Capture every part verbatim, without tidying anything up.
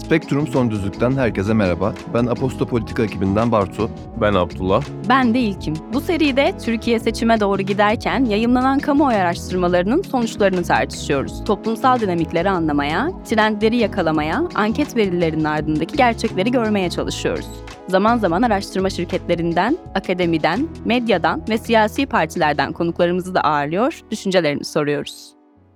Spektrum Son Düzlük'ten herkese merhaba. Ben Aposto Politika ekibinden Bartu. Ben Abdullah. Ben de İlkim. Bu seride Türkiye seçime doğru giderken yayımlanan kamuoyu araştırmalarının sonuçlarını tartışıyoruz. Toplumsal dinamikleri anlamaya, trendleri yakalamaya, anket verilerinin ardındaki gerçekleri görmeye çalışıyoruz. Zaman zaman araştırma şirketlerinden, akademiden, medyadan ve siyasi partilerden konuklarımızı da ağırlıyor, düşüncelerini soruyoruz.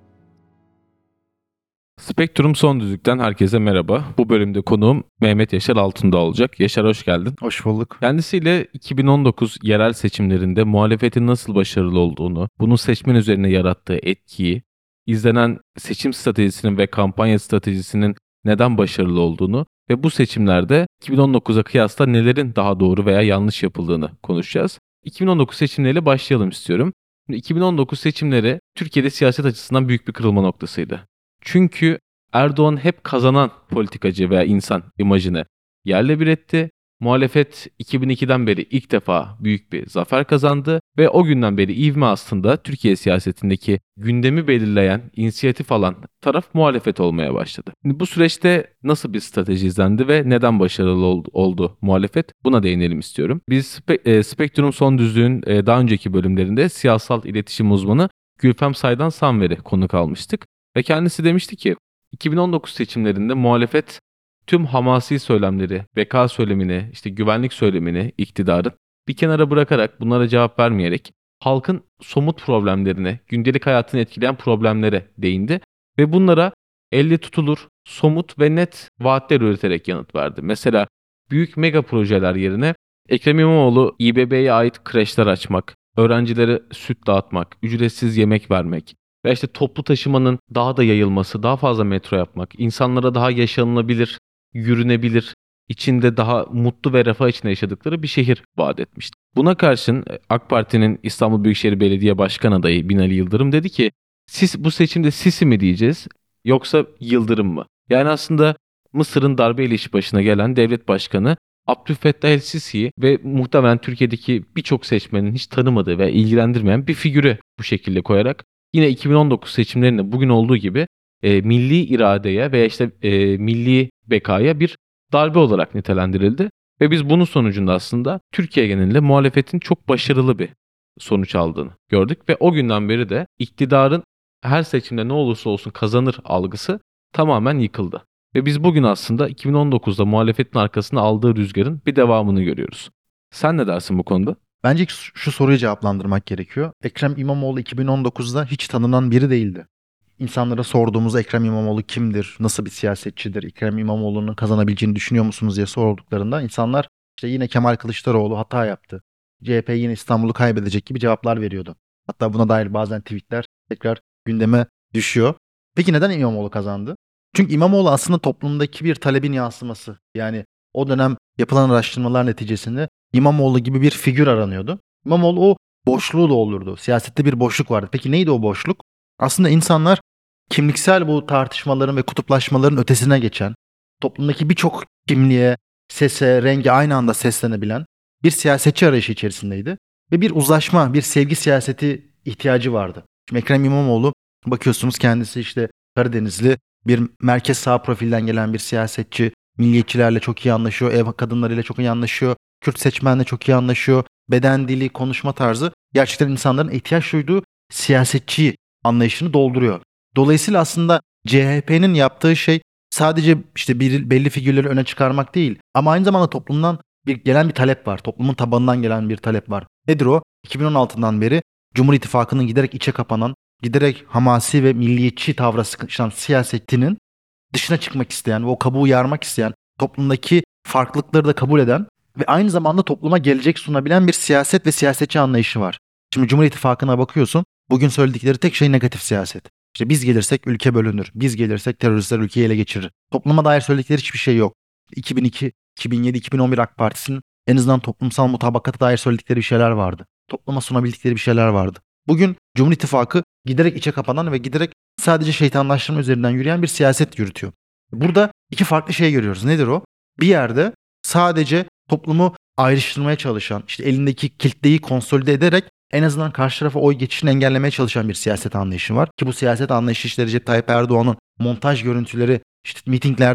Spektrum Son Düzlük'ten herkese merhaba. Bu bölümde konuğum Mehmet Yaşar Altundağ olacak. Yaşar hoş geldin. Hoş bulduk. Kendisiyle iki bin on dokuz yerel seçimlerinde muhalefetin nasıl başarılı olduğunu, bunun seçmen üzerine yarattığı etkiyi, izlenen seçim stratejisinin ve kampanya stratejisinin neden başarılı olduğunu ve bu seçimlerde iki bin on dokuza kıyasla nelerin daha doğru veya yanlış yapıldığını konuşacağız. iki bin on dokuz seçimleriyle başlayalım istiyorum. iki bin on dokuz seçimleri Türkiye'de siyaset açısından büyük bir kırılma noktasıydı. Çünkü Erdoğan hep kazanan politikacı veya insan imajını yerle bir etti. Muhalefet iki bin ikiden beri ilk defa büyük bir zafer kazandı ve o günden beri ivme aslında Türkiye siyasetindeki gündemi belirleyen, inisiyatif alan taraf muhalefet olmaya başladı. Şimdi bu süreçte nasıl bir strateji izlendi ve neden başarılı oldu, oldu muhalefet? Buna değinelim istiyorum. Biz Spe- e, Spektrum Son Düzlüğün e, daha önceki bölümlerinde siyasal iletişim uzmanı Gülfem Saydan Sanver'i konuk almıştık. Ve kendisi demişti ki iki bin on dokuz seçimlerinde muhalefet tüm hamasi söylemleri, beka söylemini, işte güvenlik söylemini iktidarın bir kenara bırakarak bunlara cevap vermeyerek halkın somut problemlerine, gündelik hayatını etkileyen problemlere değindi ve bunlara elle tutulur, somut ve net vaatler üreterek yanıt verdi. Mesela büyük mega projeler yerine Ekrem İmamoğlu İ B B'ye ait kreşler açmak, öğrencilere süt dağıtmak, ücretsiz yemek vermek, ve işte toplu taşımanın daha da yayılması, daha fazla metro yapmak, insanlara daha yaşanılabilir, yürünebilir, içinde daha mutlu ve refah içinde yaşadıkları bir şehir vaat etmişti. Buna karşın AK Parti'nin İstanbul Büyükşehir Belediye Başkan adayı Binali Yıldırım dedi ki, siz bu seçimde Sisi mi diyeceğiz yoksa Yıldırım mı? Yani aslında Mısır'ın darbeyle iş başına gelen devlet başkanı Abdülfettah el-Sisi'yi ve muhtemelen Türkiye'deki birçok seçmenin hiç tanımadığı ve ilgilendirmeyen bir figürü bu şekilde koyarak yine iki bin on dokuz seçimlerinde bugün olduğu gibi e, milli iradeye veya işte e, milli bekaya bir darbe olarak nitelendirildi. Ve biz bunun sonucunda aslında Türkiye genelinde muhalefetin çok başarılı bir sonuç aldığını gördük. Ve o günden beri de iktidarın her seçimde ne olursa olsun kazanır algısı tamamen yıkıldı. Ve biz bugün aslında iki bin on dokuzda muhalefetin arkasında aldığı rüzgarın bir devamını görüyoruz. Sen ne dersin bu konuda? Bence şu soruyu cevaplandırmak gerekiyor. Ekrem İmamoğlu iki bin on dokuzda hiç tanınan biri değildi. İnsanlara sorduğumuz Ekrem İmamoğlu kimdir, nasıl bir siyasetçidir, Ekrem İmamoğlu'nun kazanabileceğini düşünüyor musunuz diye sorduklarında insanlar işte yine Kemal Kılıçdaroğlu hata yaptı, C H P yine İstanbul'u kaybedecek gibi cevaplar veriyordu. Hatta buna dair bazen tweetler tekrar gündeme düşüyor. Peki neden İmamoğlu kazandı? Çünkü İmamoğlu aslında toplumdaki bir talebin yansıması. Yani o dönem yapılan araştırmalar neticesinde İmamoğlu gibi bir figür aranıyordu. İmamoğlu o boşluğu doldurdu. Siyasette bir boşluk vardı. Peki neydi o boşluk? Aslında insanlar kimliksel bu tartışmaların ve kutuplaşmaların ötesine geçen, toplumdaki birçok kimliğe, sese, renge aynı anda seslenebilen bir siyasetçi arayışı içerisindeydi. Ve bir uzlaşma, bir sevgi siyaseti ihtiyacı vardı. Şimdi Ekrem İmamoğlu bakıyorsunuz kendisi işte Karadenizli, bir merkez sağ profilden gelen bir siyasetçi, milliyetçilerle çok iyi anlaşıyor, ev kadınlarıyla çok iyi anlaşıyor, Kürt seçmenle çok iyi anlaşıyor, beden dili, konuşma tarzı gerçekten insanların ihtiyaç duyduğu siyasetçi anlayışını dolduruyor. Dolayısıyla aslında C H P'nin yaptığı şey sadece işte bir, belli figürleri öne çıkarmak değil ama aynı zamanda toplumdan bir gelen bir talep var. Toplumun tabanından gelen bir talep var. Nedir o? iki bin on altıdan beri Cumhur İttifakı'nın giderek içe kapanan, giderek hamasi ve milliyetçi tavra sıkışan siyasetinin dışına çıkmak isteyen ve o kabuğu yarmak isteyen, toplumdaki farklılıkları da kabul eden ve aynı zamanda topluma gelecek sunabilen bir siyaset ve siyasetçi anlayışı var. Şimdi Cumhur İttifakı'na bakıyorsun, bugün söyledikleri tek şey negatif siyaset. İşte biz gelirsek ülke bölünür, biz gelirsek teröristler ülkeyi ele geçirir. Topluma dair söyledikleri hiçbir şey yok. iki bin iki, iki bin yedi, iki bin on bir AK Partisi'nin en azından toplumsal mutabakata dair söyledikleri bir şeyler vardı. Topluma sunabildikleri bir şeyler vardı. Bugün Cumhur İttifakı giderek içe kapanan ve giderek sadece şeytanlaştırma üzerinden yürüyen bir siyaset yürütüyor. Burada iki farklı şey görüyoruz. Nedir o? Bir yerde sadece toplumu ayrıştırmaya çalışan, işte elindeki kitleyi konsolide ederek en azından karşı tarafa oy geçişini engellemeye çalışan bir siyaset anlayışı var. Ki bu siyaset anlayışı işte Recep Tayyip Erdoğan'ın montaj görüntüleri işte mitinglerde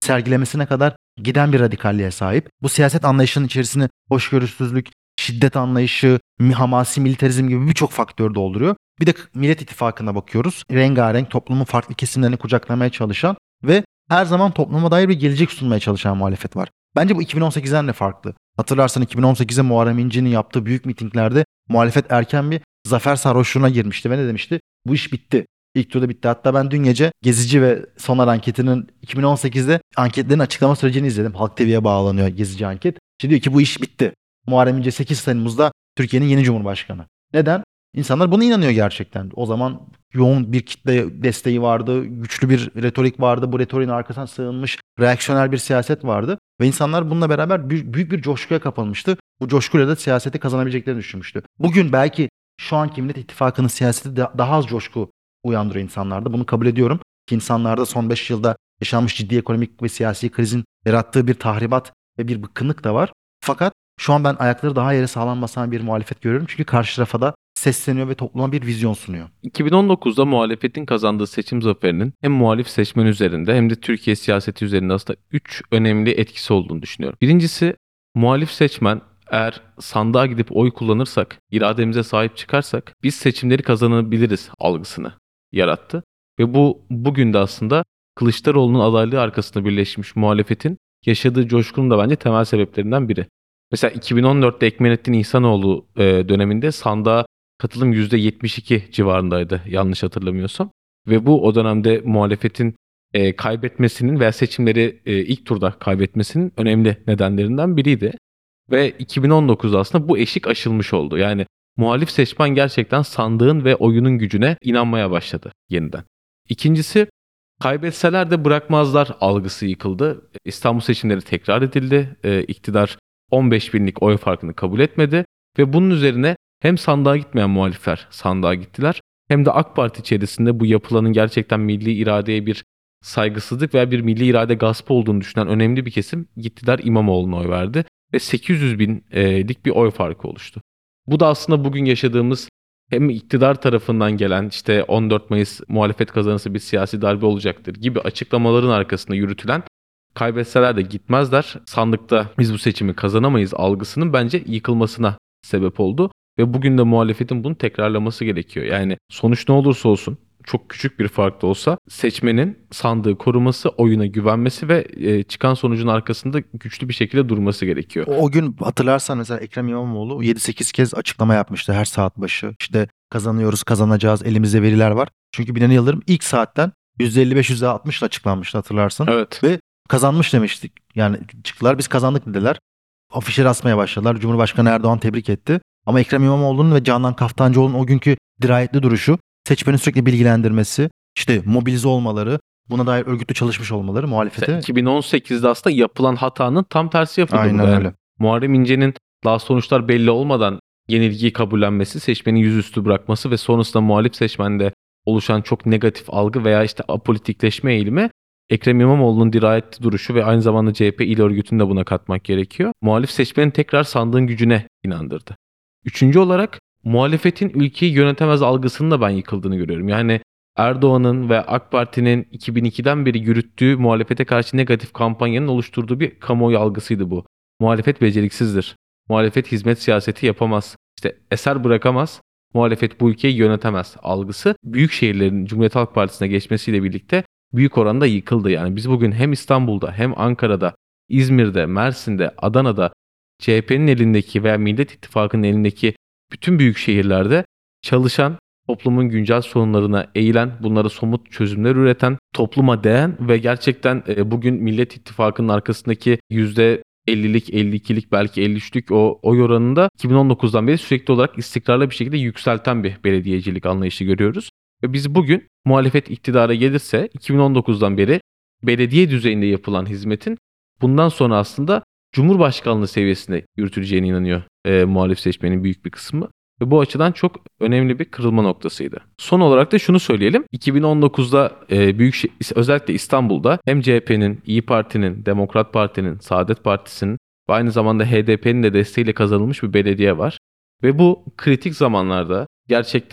sergilemesine kadar giden bir radikalliğe sahip. Bu siyaset anlayışının içerisine hoşgörüsüzlük, şiddet anlayışı, hamasi militarizm gibi birçok faktör dolduruyor. Bir de Millet İttifakı'na bakıyoruz. Rengarenk toplumun farklı kesimlerini kucaklamaya çalışan ve her zaman topluma dair bir gelecek sunmaya çalışan muhalefet var. Bence bu iki bin on sekizden de farklı. Hatırlarsan iki bin on sekizde Muharrem İnce'nin yaptığı büyük mitinglerde muhalefet erken bir zafer sarhoşluğuna girmişti ve ne demişti? Bu iş bitti. İlk turda bitti. Hatta ben dün gece Gezici ve Sonar anketinin iki bin on sekizde anketlerin açıklama sürecini izledim. Halk T V'ye bağlanıyor Gezici anket. İşte diyor ki bu iş bitti. Muharrem İnce sekiz Temmuz'da Türkiye'nin yeni Cumhurbaşkanı. Neden? İnsanlar buna inanıyor gerçekten. O zaman yoğun bir kitle desteği vardı, güçlü bir retorik vardı. Bu retoriğin arkasına sığınmış reaksiyonel bir siyaset vardı. Ve insanlar bununla beraber büyük bir coşkuya kapılmıştı. Bu coşkuyla da siyaseti kazanabileceklerini düşünmüştü. Bugün belki şu anki Millet İttifakı'nın siyaseti daha az coşku uyandırıyor insanlarda. Bunu kabul ediyorum. Ki insanlarda son beş yılda yaşanmış ciddi ekonomik ve siyasi krizin yarattığı bir tahribat ve bir bıkkınlık da var. Fakat şu an ben ayakları daha yere sağlam basan bir muhalefet görüyorum. Çünkü karşı tarafa da sesleniyor ve topluma bir vizyon sunuyor. iki bin on dokuzda muhalefetin kazandığı seçim zaferinin hem muhalif seçmen üzerinde hem de Türkiye siyaseti üzerinde aslında üç önemli etkisi olduğunu düşünüyorum. Birincisi, muhalif seçmen eğer sandığa gidip oy kullanırsak, irademize sahip çıkarsak biz seçimleri kazanabiliriz algısını yarattı. Ve bu bugün de aslında Kılıçdaroğlu'nun adaylığı arkasında birleşmiş muhalefetin yaşadığı coşkunun da bence temel sebeplerinden biri. Mesela iki bin on dörtte Ekmelettin İhsanoğlu e, döneminde sandığa katılım yüzde yetmiş iki civarındaydı yanlış hatırlamıyorsam. Ve bu o dönemde muhalefetin e, kaybetmesinin veya seçimleri e, ilk turda kaybetmesinin önemli nedenlerinden biriydi. Ve iki bin on dokuzda aslında bu eşik aşılmış oldu. Yani muhalif seçmen gerçekten sandığın ve oyunun gücüne inanmaya başladı yeniden. İkincisi, kaybetseler de bırakmazlar algısı yıkıldı. İstanbul seçimleri tekrar edildi. E, iktidar on beş binlik oy farkını kabul etmedi ve bunun üzerine hem sandığa gitmeyen muhalifler sandığa gittiler hem de AK Parti içerisinde bu yapılanın gerçekten milli iradeye bir saygısızlık veya bir milli irade gaspı olduğunu düşünen önemli bir kesim gittiler İmamoğlu'na oy verdi ve sekiz yüz binlik bir oy farkı oluştu. Bu da aslında bugün yaşadığımız hem iktidar tarafından gelen işte on dört Mayıs muhalefet kazanırsa bir siyasi darbe olacaktır gibi açıklamaların arkasında yürütülen kaybetseler de gitmezler, sandıkta biz bu seçimi kazanamayız algısının bence yıkılmasına sebep oldu. Ve bugün de muhalefetin bunu tekrarlaması gerekiyor. Yani sonuç ne olursa olsun, çok küçük bir fark da olsa seçmenin sandığı koruması, oyuna güvenmesi ve e, çıkan sonucun arkasında güçlü bir şekilde durması gerekiyor. O, o gün hatırlarsan mesela Ekrem İmamoğlu yedi sekiz kez açıklama yapmıştı her saat başı. İşte kazanıyoruz, kazanacağız, elimizde veriler var. Çünkü Binali Yıldırım ilk saatten yüzde elli beş yüzde altmış ile açıklanmıştı hatırlarsın. Evet. Ve kazanmış demiştik. Yani çıktılar biz kazandık dediler. Afişleri asmaya başladılar. Cumhurbaşkanı Erdoğan tebrik etti. Ama Ekrem İmamoğlu'nun ve Canan Kaftancıoğlu'nun o günkü dirayetli duruşu, seçmeni sürekli bilgilendirmesi, işte mobilize olmaları, buna dair örgütlü çalışmış olmaları muhalefete. iki bin on sekizde aslında yapılan hatanın tam tersi yapıldı. Aynen burada. öyle. Muharrem İnce'nin daha sonuçlar belli olmadan yenilgiyi kabullenmesi, seçmenin yüzüstü bırakması ve sonrasında muhalif seçmende oluşan çok negatif algı veya işte apolitikleşme eğilimi, Ekrem İmamoğlu'nun dirayetli duruşu ve aynı zamanda C H P il örgütünü de buna katmak gerekiyor. Muhalif seçmenin tekrar sandığın gücüne inandırdı. Üçüncü olarak muhalefetin ülkeyi yönetemez algısının da ben yıkıldığını görüyorum. Yani Erdoğan'ın ve AK Parti'nin iki bin ikiden beri yürüttüğü muhalefete karşı negatif kampanyanın oluşturduğu bir kamuoyu algısıydı bu. Muhalefet beceriksizdir. Muhalefet hizmet siyaseti yapamaz. İşte eser bırakamaz. Muhalefet bu ülkeyi yönetemez algısı büyük şehirlerin Cumhuriyet Halk Partisi'ne geçmesiyle birlikte büyük oranda yıkıldı. Yani biz bugün hem İstanbul'da hem Ankara'da, İzmir'de, Mersin'de, Adana'da C H P'nin elindeki veya Millet İttifakı'nın elindeki bütün büyük şehirlerde çalışan, toplumun güncel sorunlarına eğilen, bunlara somut çözümler üreten, topluma değen ve gerçekten bugün Millet İttifakı'nın arkasındaki yüzde ellilik, elli ikilik belki elli üçlük o oy oranında iki bin on dokuzdan beri sürekli olarak istikrarlı bir şekilde yükselten bir belediyecilik anlayışı görüyoruz. Ve biz bugün muhalefet iktidara gelirse iki bin on dokuzdan beri belediye düzeyinde yapılan hizmetin bundan sonra aslında Cumhurbaşkanlığı seviyesinde yürütüleceğine inanıyor e, muhalif seçmenin büyük bir kısmı. Ve bu açıdan çok önemli bir kırılma noktasıydı. Son olarak da şunu söyleyelim. iki bin on dokuzda e, büyük şey, özellikle İstanbul'da hem C H P'nin, İyi Parti'nin, Demokrat Parti'nin, Saadet Partisi'nin ve aynı zamanda H D P'nin de desteğiyle kazanılmış bir belediye var. Ve bu kritik zamanlarda gerçekten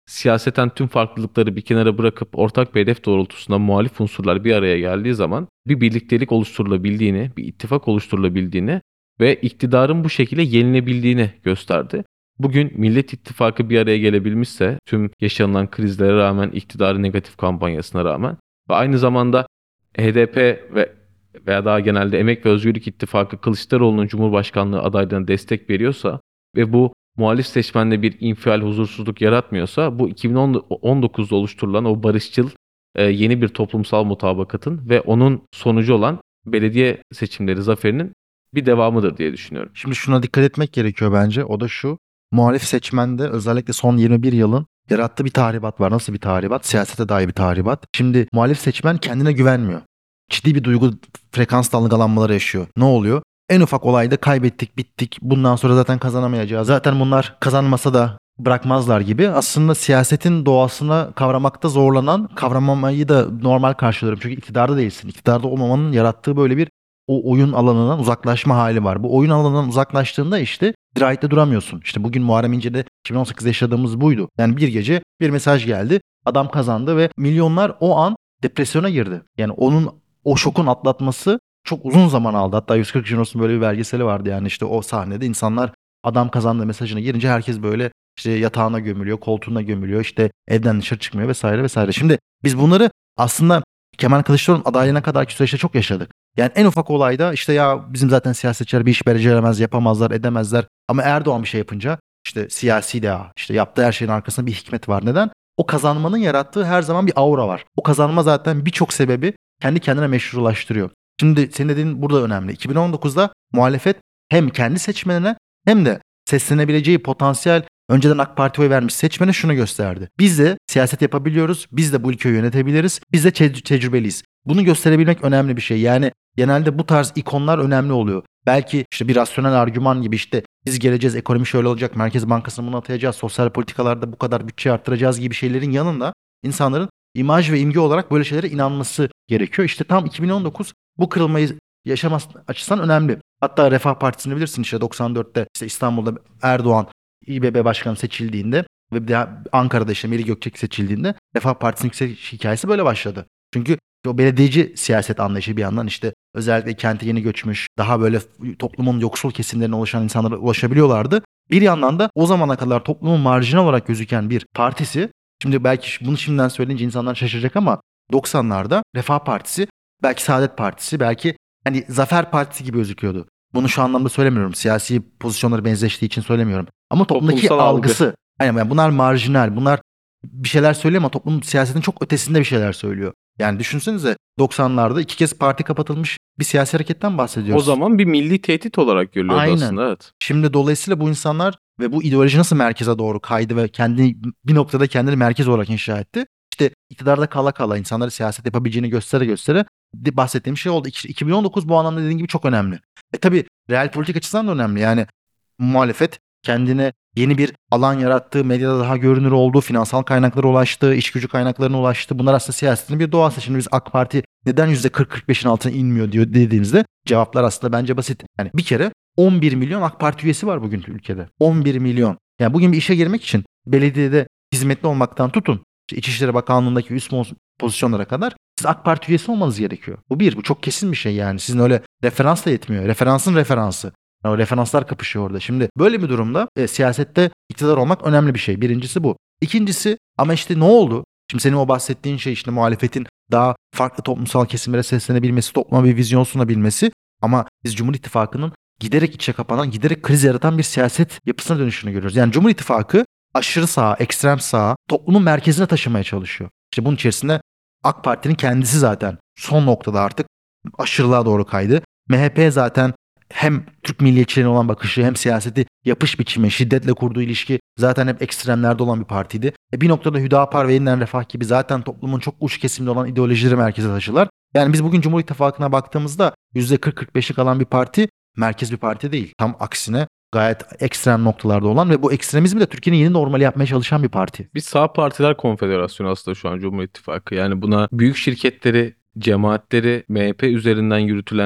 siyaseten tüm farklılıkları bir kenara bırakıp ortak bir hedef doğrultusunda muhalif unsurlar bir araya geldiği zaman bir birliktelik oluşturulabildiğini, bir ittifak oluşturulabildiğini ve iktidarın bu şekilde yenilebildiğini gösterdi. Bugün Millet İttifakı bir araya gelebilmişse tüm yaşanılan krizlere rağmen, iktidarın negatif kampanyasına rağmen ve aynı zamanda H D P ve veya daha genelde Emek ve Özgürlük İttifakı Kılıçdaroğlu'nun Cumhurbaşkanlığı adaylığına destek veriyorsa ve bu muhalif seçmende bir infial, huzursuzluk yaratmıyorsa bu iki bin on dokuzda oluşturulan o barışçıl e, yeni bir toplumsal mutabakatın ve onun sonucu olan belediye seçimleri zaferinin bir devamıdır diye düşünüyorum. Şimdi şuna dikkat etmek gerekiyor bence. O da şu. Muhalif seçmende özellikle son yirmi bir yılın yarattığı bir tahribat var. Nasıl bir tahribat? Siyasete dair bir tahribat. Şimdi muhalif seçmen kendine güvenmiyor. Ciddi bir duygu frekans dalgalanmaları yaşıyor. Ne oluyor? En ufak olayda kaybettik, bittik. Bundan sonra zaten kazanamayacağız. Zaten bunlar kazanmasa da bırakmazlar gibi. Aslında siyasetin doğasına kavramakta zorlanan, kavramamayı da normal karşılıyorum. Çünkü iktidarda değilsin. İktidarda olmamanın yarattığı böyle bir o oyun alanından uzaklaşma hali var. Bu oyun alanından uzaklaştığında işte dirayette duramıyorsun. İşte bugün Muharrem İnce'de iki bin on sekizde yaşadığımız buydu. Yani bir gece bir mesaj geldi. Adam kazandı ve milyonlar o an depresyona girdi. Yani onun o şokun atlatması çok uzun zaman aldı. Hatta yüz kırk Junos'un böyle bir belgeseli vardı. Yani işte o sahnede insanlar adam kazandı mesajına girince herkes böyle işte yatağına gömülüyor, koltuğuna gömülüyor, işte evden dışarı çıkmıyor vesaire vesaire. Şimdi biz bunları aslında Kemal Kılıçdaroğlu'nun adaylığına kadarki süreçte çok yaşadık. Yani en ufak olayda işte ya bizim zaten siyasetçiler bir iş beceremez, yapamazlar, edemezler. Ama Erdoğan bir şey yapınca işte siyasi de işte yaptığı her şeyin arkasında bir hikmet var. Neden? O kazanmanın yarattığı her zaman bir aura var. O kazanma zaten birçok sebebi kendi kendine meşrulaştırıyor. Şimdi senin dediğin burada önemli. iki bin on dokuzda muhalefet hem kendi seçmenine hem de seslenebileceği potansiyel önceden AK Parti'ye oy vermiş seçmene şunu gösterdi. Biz de siyaset yapabiliyoruz, biz de bu ülkeyi yönetebiliriz, biz de te- tecrübeliyiz. Bunu gösterebilmek önemli bir şey. Yani genelde bu tarz ikonlar önemli oluyor. Belki işte bir rasyonel argüman gibi işte biz geleceğiz, ekonomi şöyle olacak, Merkez Bankası'nı bunu atayacağız, sosyal politikalarda bu kadar bütçe arttıracağız gibi şeylerin yanında insanların imaj ve imge olarak böyle şeylere inanması gerekiyor. İşte tam iki bin on dokuz bu kırılmayı yaşaması açısından önemli. Hatta Refah Partisi'ni bilirsin işte doksan dörtte işte İstanbul'da Erdoğan İBB Başkanı seçildiğinde ve bir de Ankara'da işte Melih Gökçek seçildiğinde Refah Partisi'nin yükseliş hikayesi böyle başladı. Çünkü o belediyeci siyaset anlayışı bir yandan işte özellikle kente yeni göçmüş, daha böyle toplumun yoksul kesimlerine ulaşan insanlara ulaşabiliyorlardı. Bir yandan da o zamana kadar toplumun marjinal olarak gözüken bir partisi, şimdi belki bunu şimdiden söyleyince insanlar şaşıracak ama doksanlarda Refah Partisi, belki Saadet Partisi, belki hani Zafer Partisi gibi gözüküyordu. Bunu şu anlamda söylemiyorum. Siyasi pozisyonları benzeştiği için söylemiyorum. Ama toplumdaki Toplumsal algısı. algı. Yani bunlar marjinal. Bunlar bir şeyler söylüyor ama toplum siyasetin çok ötesinde bir şeyler söylüyor. Yani düşünsenize doksanlarda iki kez parti kapatılmış bir siyasi hareketten bahsediyoruz. O zaman bir milli tehdit olarak görülüyordu Aynen. aslında. Evet. Şimdi dolayısıyla bu insanlar ve bu ideoloji nasıl merkeze doğru kaydı ve kendi bir noktada kendini merkez olarak inşa etti. İşte iktidarda kala kala insanları siyaset yapabileceğini göstere göstere bahsettiğim şey oldu. iki bin on dokuz bu anlamda dediğim gibi çok önemli. E tabii real politik açısından da önemli. Yani muhalefet kendine yeni bir alan yarattığı, medyada daha görünür olduğu, finansal kaynaklara ulaştığı, iş gücü kaynaklarına ulaştığı. Bunlar aslında siyasetin bir doğası. Şimdi biz AK Parti neden yüzde kırk kırk beşin altına inmiyor diyor dediğimizde cevaplar aslında bence basit. Yani bir kere on bir milyon AK Parti üyesi var bugün ülkede. on bir milyon. Yani bugün bir işe girmek için belediyede hizmetli olmaktan tutun, işte İçişleri Bakanlığı'ndaki üst pozisyonlara kadar siz AK Parti üyesi olmanız gerekiyor. Bu bir, bu çok kesin bir şey yani. Sizin öyle referans da yetmiyor. Referansın referansı. Yani o referanslar kapışıyor orada. Şimdi böyle bir durumda e, siyasette iktidar olmak önemli bir şey. Birincisi bu. İkincisi ama işte ne oldu? Şimdi senin o bahsettiğin şey işte muhalefetin daha farklı toplumsal kesimlere seslenebilmesi, topluma bir vizyon sunabilmesi. Ama biz Cumhur İttifakı'nın giderek içe kapanan, giderek kriz yaratan bir siyaset yapısına dönüşünü görüyoruz. Yani Cumhur İttifakı aşırı sağa, ekstrem sağa, toplumun merkezine taşımaya çalışıyor. İşte bunun içerisinde AK Parti'nin kendisi zaten son noktada artık aşırılığa doğru kaydı. M H P zaten hem Türk milliyetçilerine olan bakışı hem siyaseti yapış biçimi, şiddetle kurduğu ilişki zaten hep ekstremlerde olan bir partiydi. E bir noktada Hüdapar ve Yeniden Refah gibi zaten toplumun çok uç kesimde olan ideolojileri merkeze taşılar. Yani biz bugün Cumhur İttifakı'na baktığımızda yüzde kırk kırk beşlik alan bir parti merkez bir parti değil. Tam aksine gayet ekstrem noktalarda olan ve bu ekstremizmi de Türkiye'nin yeni normali yapmaya çalışan bir parti. Bir sağ partiler konfederasyonu aslında şu an Cumhur İttifakı. Yani buna büyük şirketleri, cemaatleri, M H P üzerinden yürütülen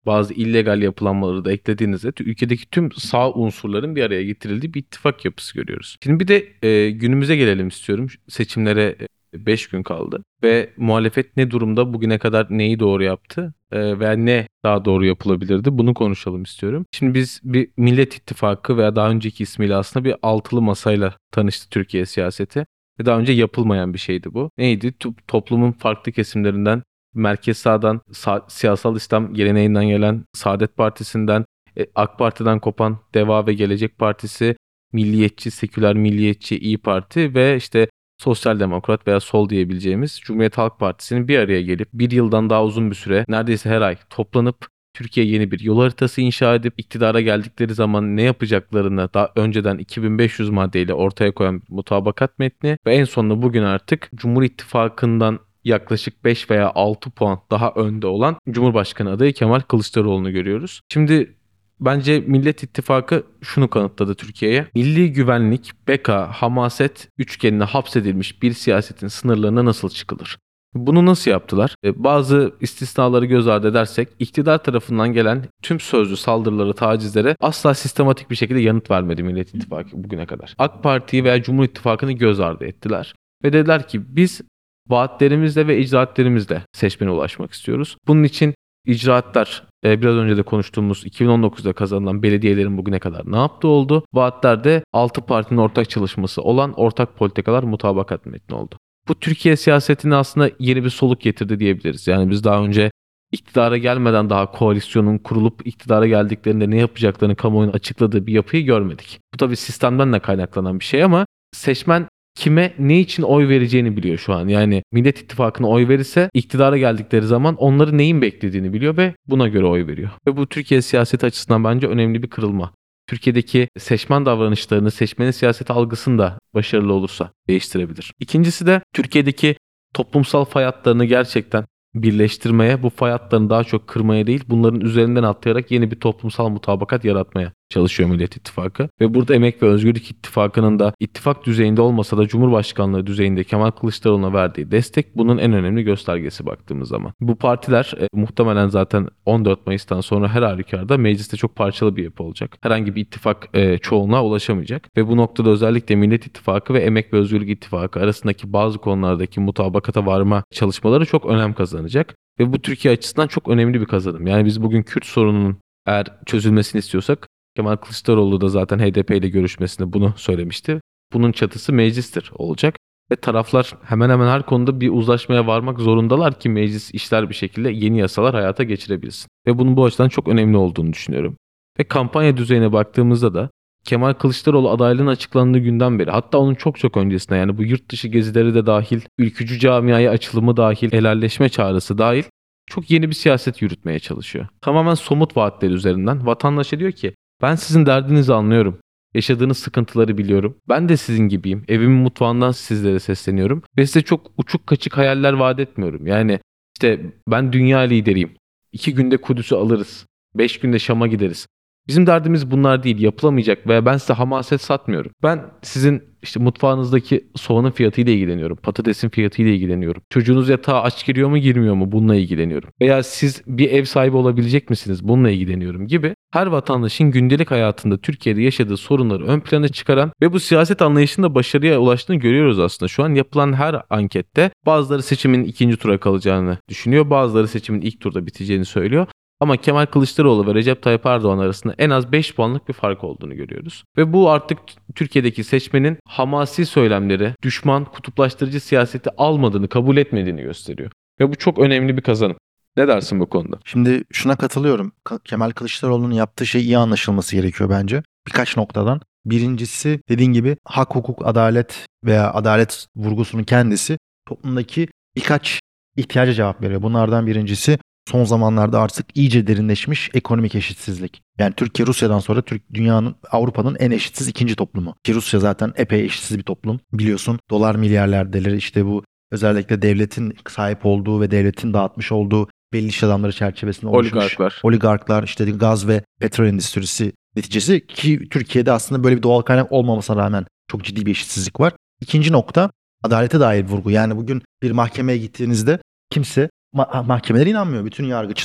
bazı illegal yapılanmaları da eklediğinizde ülkedeki tüm sağ unsurların bir araya getirildiği bir ittifak yapısı görüyoruz. Şimdi bir de e, günümüze gelelim istiyorum. Seçimlere beş gün kaldı ve muhalefet ne durumda, bugüne kadar neyi doğru yaptı e, veya ne daha doğru yapılabilirdi, bunu konuşalım istiyorum. Şimdi biz bir Millet İttifakı veya daha önceki ismiyle aslında bir altılı masayla tanıştı Türkiye siyaseti ve daha önce yapılmayan bir şeydi bu. Neydi? Toplumun farklı kesimlerinden, merkez sağdan, sağ, siyasal İslam geleneğinden gelen Saadet Partisi'nden, e, AK Parti'den kopan Deva ve Gelecek Partisi, milliyetçi, seküler milliyetçi İyi Parti ve işte Sosyal Demokrat veya Sol diyebileceğimiz Cumhuriyet Halk Partisi'nin bir araya gelip bir yıldan daha uzun bir süre, neredeyse her ay toplanıp Türkiye yeni bir yol haritası inşa edip iktidara geldikleri zaman ne yapacaklarını daha önceden iki bin beş yüz maddeyle ortaya koyan bir mutabakat metni ve en sonunda bugün artık Cumhur İttifakı'ndan yaklaşık beş veya altı puan daha önde olan Cumhurbaşkanı adayı Kemal Kılıçdaroğlu'nu görüyoruz. Şimdi bence Millet İttifakı şunu kanıtladı Türkiye'ye. Milli güvenlik, beka, hamaset üçgenine hapsedilmiş bir siyasetin sınırlarına nasıl çıkılır? Bunu nasıl yaptılar? Bazı istisnaları göz ardı edersek iktidar tarafından gelen tüm sözlü saldırıları, tacizlere asla sistematik bir şekilde yanıt vermedi Millet İttifakı bugüne kadar. AK Parti'yi veya Cumhur İttifakı'nı göz ardı ettiler. Ve dediler ki biz vaatlerimizle ve icraatlerimizle seçmene ulaşmak istiyoruz. Bunun için icraatlar, e, biraz önce de konuştuğumuz iki bin on dokuzda kazanılan belediyelerin bugüne kadar ne yaptığı oldu. Vaatlerde altı partinin ortak çalışması olan ortak politikalar mutabakat metni oldu. Bu Türkiye siyasetine aslında yeni bir soluk getirdi diyebiliriz. Yani biz daha önce iktidara gelmeden daha koalisyonun kurulup iktidara geldiklerinde ne yapacaklarını kamuoyuna açıkladığı bir yapıyı görmedik. Bu tabii sistemden de kaynaklanan bir şey ama seçmen kime ne için oy vereceğini biliyor şu an. Yani Millet İttifakı'na oy verirse iktidara geldikleri zaman onları neyin beklediğini biliyor ve buna göre oy veriyor. Ve bu Türkiye siyaseti açısından bence önemli bir kırılma. Türkiye'deki seçmen davranışlarını, seçmenin siyaseti algısını da başarılı olursa değiştirebilir. İkincisi de Türkiye'deki toplumsal fay hatlarını gerçekten birleştirmeye, bu fay hatlarını daha çok kırmaya değil, bunların üzerinden atlayarak yeni bir toplumsal mutabakat yaratmaya çalışıyor Millet İttifakı. Ve burada Emek ve Özgürlük İttifakı'nın da ittifak düzeyinde olmasa da Cumhurbaşkanlığı düzeyinde Kemal Kılıçdaroğlu'na verdiği destek bunun en önemli göstergesi baktığımız zaman. Bu partiler e, muhtemelen zaten on dört Mayıs'tan sonra her halükarda mecliste çok parçalı bir yapı olacak. Herhangi bir ittifak e, çoğunluğa ulaşamayacak. Ve bu noktada özellikle Millet İttifakı ve Emek ve Özgürlük İttifakı arasındaki bazı konulardaki mutabakata varma çalışmaları çok önem kazanacak. Ve bu Türkiye açısından çok önemli bir kazanım. Yani biz bugün Kürt sorununun eğer çözülmesini istiyorsak, Kemal Kılıçdaroğlu da zaten H D P ile görüşmesinde bunu söylemişti. Bunun çatısı meclistir olacak. Ve taraflar hemen hemen her konuda bir uzlaşmaya varmak zorundalar ki meclis işler bir şekilde yeni yasalar hayata geçirebilsin. Ve bunun bu açıdan çok önemli olduğunu düşünüyorum. Ve kampanya düzeyine baktığımızda da Kemal Kılıçdaroğlu adaylığın açıklandığı günden beri, hatta onun çok çok öncesinde, yani bu yurt dışı gezileri de dahil, ülkücü camiaya açılımı dahil, helalleşme çağrısı dahil çok yeni bir siyaset yürütmeye çalışıyor. Tamamen somut vaatler üzerinden vatandaşa diyor ki ben sizin derdinizi anlıyorum. Yaşadığınız sıkıntıları biliyorum. Ben de sizin gibiyim. Evimin mutfağından sizlere sesleniyorum. Ve size çok uçuk kaçık hayaller vaat etmiyorum. Yani işte ben dünya lideriyim. İki günde Kudüs'ü alırız. Beş günde Şam'a gideriz. Bizim derdimiz bunlar değil. Yapılamayacak veya ben size hamaset satmıyorum. Ben sizin işte mutfağınızdaki soğanın fiyatıyla ilgileniyorum. Patatesin fiyatıyla ilgileniyorum. Çocuğunuz yatağa aç giriyor mu girmiyor mu? Bununla ilgileniyorum. Veya siz bir ev sahibi olabilecek misiniz? Bununla ilgileniyorum gibi. Her vatandaşın gündelik hayatında Türkiye'de yaşadığı sorunları ön plana çıkaran ve bu siyaset anlayışında başarıya ulaştığını görüyoruz aslında. Şu an yapılan her ankette bazıları seçimin ikinci tura kalacağını düşünüyor. Bazıları seçimin ilk turda biteceğini söylüyor. Ama Kemal Kılıçdaroğlu ve Recep Tayyip Erdoğan arasında en az beş puanlık bir fark olduğunu görüyoruz. Ve bu artık Türkiye'deki seçmenin hamasi söylemleri, düşman, kutuplaştırıcı siyaseti almadığını, kabul etmediğini gösteriyor. Ve bu çok önemli bir kazanım. Ne dersin bu konuda? Şimdi şuna katılıyorum. Ka- Kemal Kılıçdaroğlu'nun yaptığı şey iyi anlaşılması gerekiyor bence. Birkaç noktadan. Birincisi dediğin gibi hak, hukuk, adalet veya adalet vurgusunun kendisi toplumdaki birkaç ihtiyaca cevap veriyor. Bunlardan birincisi son zamanlarda artık iyice derinleşmiş ekonomik eşitsizlik. Yani Türkiye Rusya'dan sonra Türk dünyanın, Avrupa'nın en eşitsiz ikinci toplumu. Ki Rusya zaten epey eşitsiz bir toplum. Biliyorsun dolar milyarlardeleri, işte bu özellikle devletin sahip olduğu ve devletin dağıtmış olduğu belli iş adamları çerçevesinde oluşmuş. Oligarklar. Oligarklar, işte gaz ve petrol endüstrisi neticesi, ki Türkiye'de aslında böyle bir doğal kaynak olmamasına rağmen çok ciddi bir eşitsizlik var. İkinci nokta adalete dair vurgu. Yani bugün bir mahkemeye gittiğinizde kimse ma- mahkemelere inanmıyor. Bütün yargıçların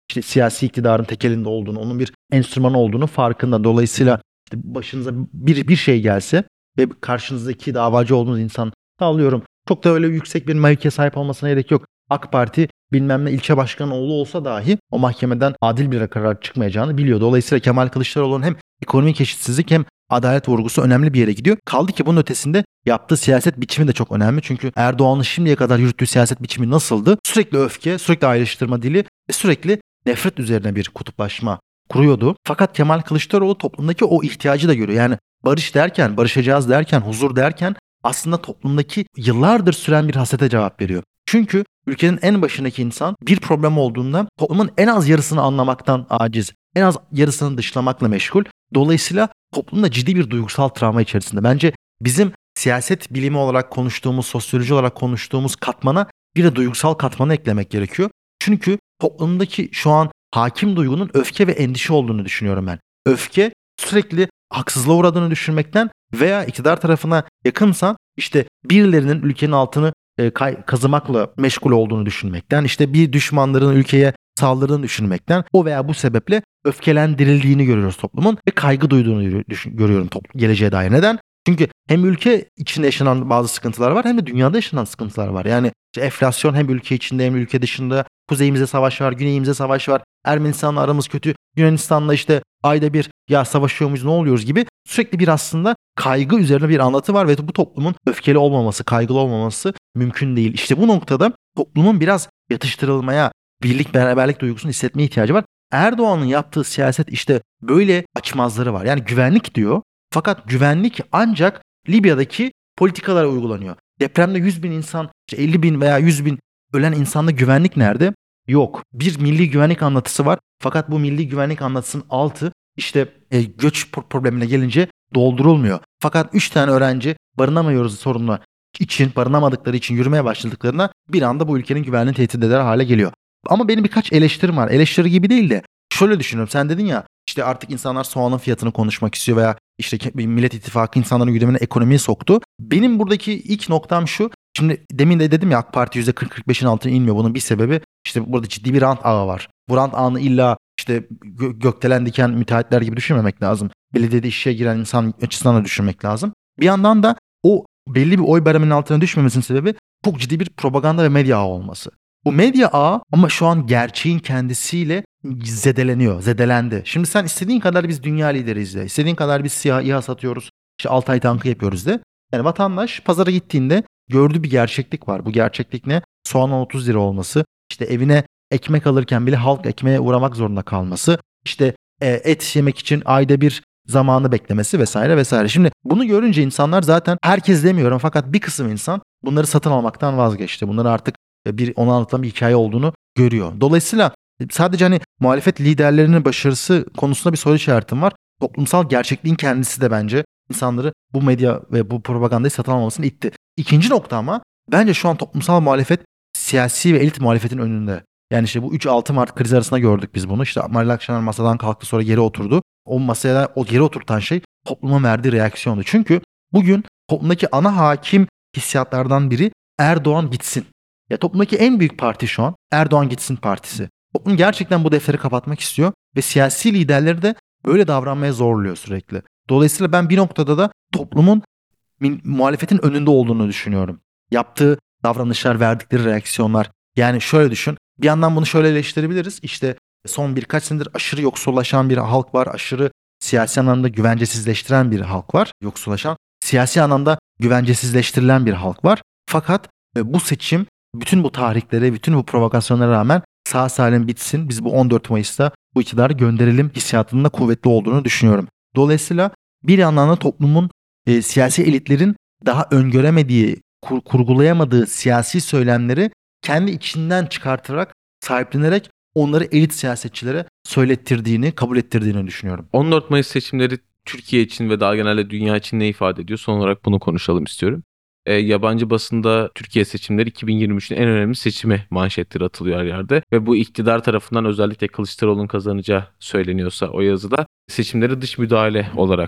işte siyasi iktidarın tek elinde olduğunu, onun bir enstrümanı olduğunu farkında. Dolayısıyla işte başınıza bir bir şey gelse ve karşınızdaki davacı olduğunuz insan, sağlıyorum, çok da öyle yüksek bir mevkiye sahip olmasına gerek yok. AK Parti bilmem ne ilçe başkanı oğlu olsa dahi o mahkemeden adil bir karar çıkmayacağını biliyor. Dolayısıyla Kemal Kılıçdaroğlu'nun hem ekonomik eşitsizlik hem adalet vurgusu önemli bir yere gidiyor. Kaldı ki bunun ötesinde yaptığı siyaset biçimi de çok önemli. Çünkü Erdoğan'ın şimdiye kadar yürüttüğü siyaset biçimi nasıldı? Sürekli öfke, sürekli ayrıştırma dili ve sürekli nefret üzerine bir kutuplaşma kuruyordu. Fakat Kemal Kılıçdaroğlu toplumdaki o ihtiyacı da görüyor. Yani barış derken, barışacağız derken, huzur derken aslında toplumdaki yıllardır süren bir hasete cevap veriyor. Çünkü ülkenin en başındaki insan bir problem olduğunda toplumun en az yarısını anlamaktan aciz, en az yarısını dışlamakla meşgul. Dolayısıyla toplumda ciddi bir duygusal travma içerisinde. Bence bizim siyaset bilimi olarak konuştuğumuz, sosyoloji olarak konuştuğumuz katmana bir de duygusal katmanı eklemek gerekiyor. Çünkü toplumdaki şu an hakim duygunun öfke ve endişe olduğunu düşünüyorum ben. Öfke sürekli haksızlığa uğradığını düşünmekten veya iktidar tarafına yakınsan işte birilerinin ülkenin altını e, kay- kazımakla meşgul olduğunu düşünmekten, işte bir düşmanların ülkeye saldırdığını düşünmekten, o veya bu sebeple öfkelendirildiğini görüyoruz toplumun ve kaygı duyduğunu yürü- düşün- görüyorum toplum, geleceğe dair. Neden? Çünkü hem ülke içinde yaşanan bazı sıkıntılar var hem de dünyada yaşanan sıkıntılar var. Yani işte enflasyon hem ülke içinde hem ülke dışında. Kuzeyimizde savaş var, güneyimizde savaş var. Ermenistan'la aramız kötü. Yunanistan'la işte ayda bir ya savaşıyor muyuz, ne oluyoruz gibi sürekli bir aslında kaygı üzerine bir anlatı var ve bu toplumun öfkeli olmaması, kaygılı olmaması mümkün değil. İşte bu noktada toplumun biraz yatıştırılmaya, birlik beraberlik duygusunu hissetmeye ihtiyacı var. Erdoğan'ın yaptığı siyaset işte böyle açmazları var. Yani güvenlik diyor. Fakat güvenlik ancak Libya'daki politikalara uygulanıyor. Depremde yüz bin insan, işte elli bin veya yüz bin ölen insanda güvenlik nerede? Yok. Bir milli güvenlik anlatısı var. Fakat bu milli güvenlik anlatısının altı işte e, göç problemine gelince doldurulmuyor. Fakat üç tane öğrenci barınamıyoruz sorununa için, barınamadıkları için yürümeye başladıklarına bir anda bu ülkenin güvenliğini tehdit eder hale geliyor. Ama benim birkaç eleştirim var. Eleştiri gibi değil de şöyle düşünüyorum. Sen dedin ya işte artık insanlar soğanın fiyatını konuşmak istiyor veya işte Millet İttifakı insanların gündemine ekonomiyi soktu. Benim buradaki ilk noktam şu. Şimdi demin de dedim ya AK Parti yüzde kırk kırk beşin altına inmiyor. Bunun bir sebebi işte burada ciddi bir rant ağı var. Bu rant ağını illa işte gö- gökdelen diken müteahhitler gibi düşünmemek lazım. Belediyede işe giren insan açısından da düşünmek lazım. Bir yandan da o belli bir oy bareminin altına düşmemesinin sebebi çok ciddi bir propaganda ve medya ağı olması. Bu medya ağı ama şu an gerçeğin kendisiyle zedeleniyor, zedelendi. Şimdi sen istediğin kadar biz dünya lideriyiz de, istediğin kadar biz siyah İHA satıyoruz, işte Altay tankı yapıyoruz de. Yani vatandaş pazara gittiğinde gördüğü bir gerçeklik var. Bu gerçeklik ne? Soğanın otuz lira olması, işte evine ekmek alırken bile halk ekmeğe uğramak zorunda kalması, işte e, et yemek için ayda bir zamanı beklemesi vesaire vesaire. Şimdi bunu görünce insanlar zaten herkes demiyorum fakat bir kısım insan bunları satın almaktan vazgeçti. Bunları artık bir ona anlatılan bir hikaye olduğunu görüyor. Dolayısıyla sadece hani muhalefet liderlerinin başarısı konusunda bir soru işaretim var. Toplumsal gerçekliğin kendisi de bence insanları bu medya ve bu propagandayı satın almamasını itti. İkinci nokta ama bence şu an toplumsal muhalefet siyasi ve elit muhalefetin önünde. Yani işte bu üç altı Mart krizi arasında gördük biz bunu. İşte Meral Akşener masadan kalktı sonra geri oturdu. O masaya o geri oturtan şey topluma verdiği reaksiyondu. Çünkü bugün toplumdaki ana hakim hissiyatlardan biri Erdoğan gitsin. Ya toplumdaki en büyük parti şu an Erdoğan gitsin partisi. Toplum gerçekten bu defteri kapatmak istiyor ve siyasi liderleri de böyle davranmaya zorluyor sürekli. Dolayısıyla ben bir noktada da toplumun muhalefetin önünde olduğunu düşünüyorum. Yaptığı davranışlar, verdikleri reaksiyonlar. Yani şöyle düşün. Bir yandan bunu şöyle eleştirebiliriz. İşte son birkaç senedir aşırı yoksullaşan bir halk var. Aşırı siyasi anlamda güvencesizleştiren bir halk var. Yoksullaşan. Siyasi anlamda güvencesizleştirilen bir halk var. Fakat bu seçim bütün bu tahriklere, bütün bu provokasyonlara rağmen sağ salim bitsin. Biz bu on dört Mayıs'ta bu iktidarı gönderelim hissiyatının da kuvvetli olduğunu düşünüyorum. Dolayısıyla bir yandan da toplumun e, siyasi elitlerin daha öngöremediği, kur, kurgulayamadığı siyasi söylemleri kendi içinden çıkartarak, sahiplenerek onları elit siyasetçilere söylettirdiğini, kabul ettirdiğini düşünüyorum. on dört Mayıs seçimleri Türkiye için ve daha genelde dünya için ne ifade ediyor? Son olarak bunu konuşalım istiyorum. E, yabancı basında Türkiye seçimleri iki bin yirmi üçün en önemli seçimi manşetleri atılıyor her yerde. Ve bu iktidar tarafından özellikle Kılıçdaroğlu'nun kazanacağı söyleniyorsa o yazıda seçimleri dış müdahale olarak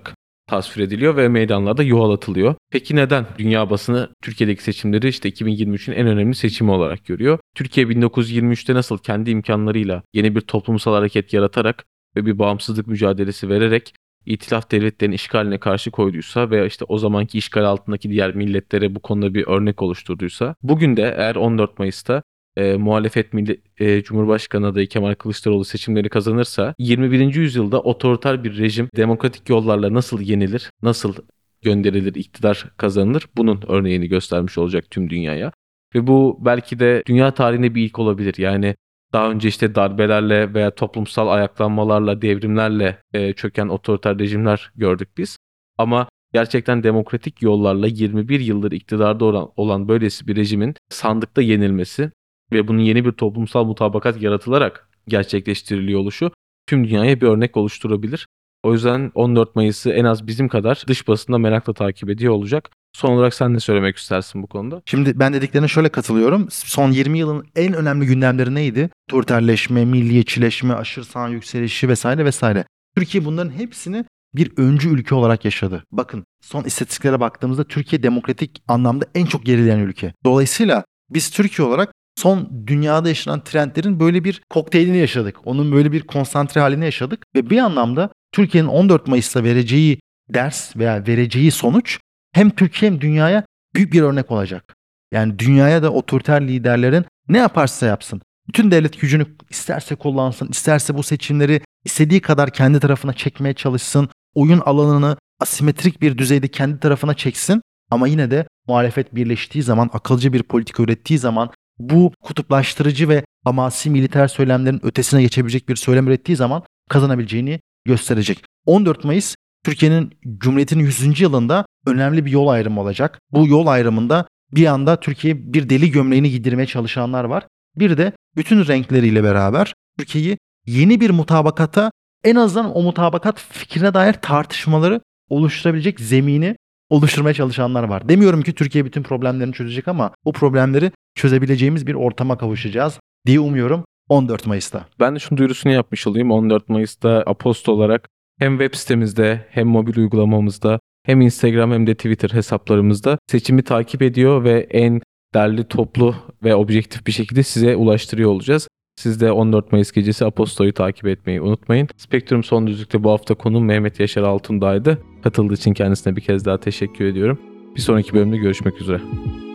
tasvir ediliyor ve meydanlarda yuvalatılıyor. Peki neden dünya basını Türkiye'deki seçimleri işte iki bin yirmi üçün en önemli seçimi olarak görüyor? Türkiye bin dokuz yüz yirmi üçte nasıl kendi imkanlarıyla yeni bir toplumsal hareket yaratarak ve bir bağımsızlık mücadelesi vererek İtilaf devletlerinin işgaline karşı koyduysa veya işte o zamanki işgal altındaki diğer milletlere bu konuda bir örnek oluşturduysa, bugün de eğer on dört Mayıs'ta e, muhalefet milli, e, Cumhurbaşkanı adayı Kemal Kılıçdaroğlu seçimleri kazanırsa yirmi birinci yüzyılda otoriter bir rejim demokratik yollarla nasıl yenilir, nasıl gönderilir, iktidar kazanılır, bunun örneğini göstermiş olacak tüm dünyaya. Ve bu belki de dünya tarihinde bir ilk olabilir. Yani daha önce işte darbelerle veya toplumsal ayaklanmalarla, devrimlerle e, çöken otoriter rejimler gördük biz. Ama gerçekten demokratik yollarla yirmi bir yıldır iktidarda olan, olan böylesi bir rejimin sandıkta yenilmesi ve bunun yeni bir toplumsal mutabakat yaratılarak gerçekleştiriliyor oluşu tüm dünyaya bir örnek oluşturabilir. O yüzden on dört Mayıs'ı en az bizim kadar dış basında merakla takip ediyor olacak. Son olarak sen ne söylemek istersin bu konuda? Şimdi ben dediklerine şöyle katılıyorum. Son yirmi yılın en önemli gündemleri neydi? Otoriterleşme, milliyetçileşme, aşırı sağ yükselişi vesaire vesaire. Türkiye bunların hepsini bir öncü ülke olarak yaşadı. Bakın son istatistiklere baktığımızda Türkiye demokratik anlamda en çok gerileyen ülke. Dolayısıyla biz Türkiye olarak son dünyada yaşanan trendlerin böyle bir kokteylini yaşadık. Onun böyle bir konsantre halini yaşadık ve bir anlamda Türkiye'nin on dört Mayıs'ta vereceği ders veya vereceği sonuç hem Türkiye hem dünyaya büyük bir örnek olacak. Yani dünyaya da otoriter liderlerin ne yaparsa yapsın, bütün devlet gücünü isterse kullansın, isterse bu seçimleri istediği kadar kendi tarafına çekmeye çalışsın, oyun alanını asimetrik bir düzeyde kendi tarafına çeksin ama yine de muhalefet birleştiği zaman, akılcı bir politika ürettiği zaman, bu kutuplaştırıcı ve hamasi militer söylemlerin ötesine geçebilecek bir söylem ürettiği zaman kazanabileceğini gösterecek. on dört Mayıs Türkiye'nin Cumhuriyeti'nin yüzüncü yılında önemli bir yol ayrımı olacak. Bu yol ayrımında bir anda Türkiye bir deli gömleğini giydirmeye çalışanlar var. Bir de bütün renkleriyle beraber Türkiye'yi yeni bir mutabakata, en azından o mutabakat fikrine dair tartışmaları oluşturabilecek zemini oluşturmaya çalışanlar var. Demiyorum ki Türkiye bütün problemlerini çözecek ama o problemleri çözebileceğimiz bir ortama kavuşacağız diye umuyorum on dört Mayıs'ta. Ben de şunun duyurusunu yapmış olayım. on dört Mayıs'ta Aposto olarak hem web sitemizde hem mobil uygulamamızda hem Instagram hem de Twitter hesaplarımızda seçimi takip ediyor ve en derli, toplu ve objektif bir şekilde size ulaştırıyor olacağız. Siz de on dört Mayıs gecesi Aposto'yu takip etmeyi unutmayın. Spektrum Son Düzlük'te bu hafta konuğum Mehmet Yaşar Altundağ'ydı. Katıldığı için kendisine bir kez daha teşekkür ediyorum. Bir sonraki bölümde görüşmek üzere.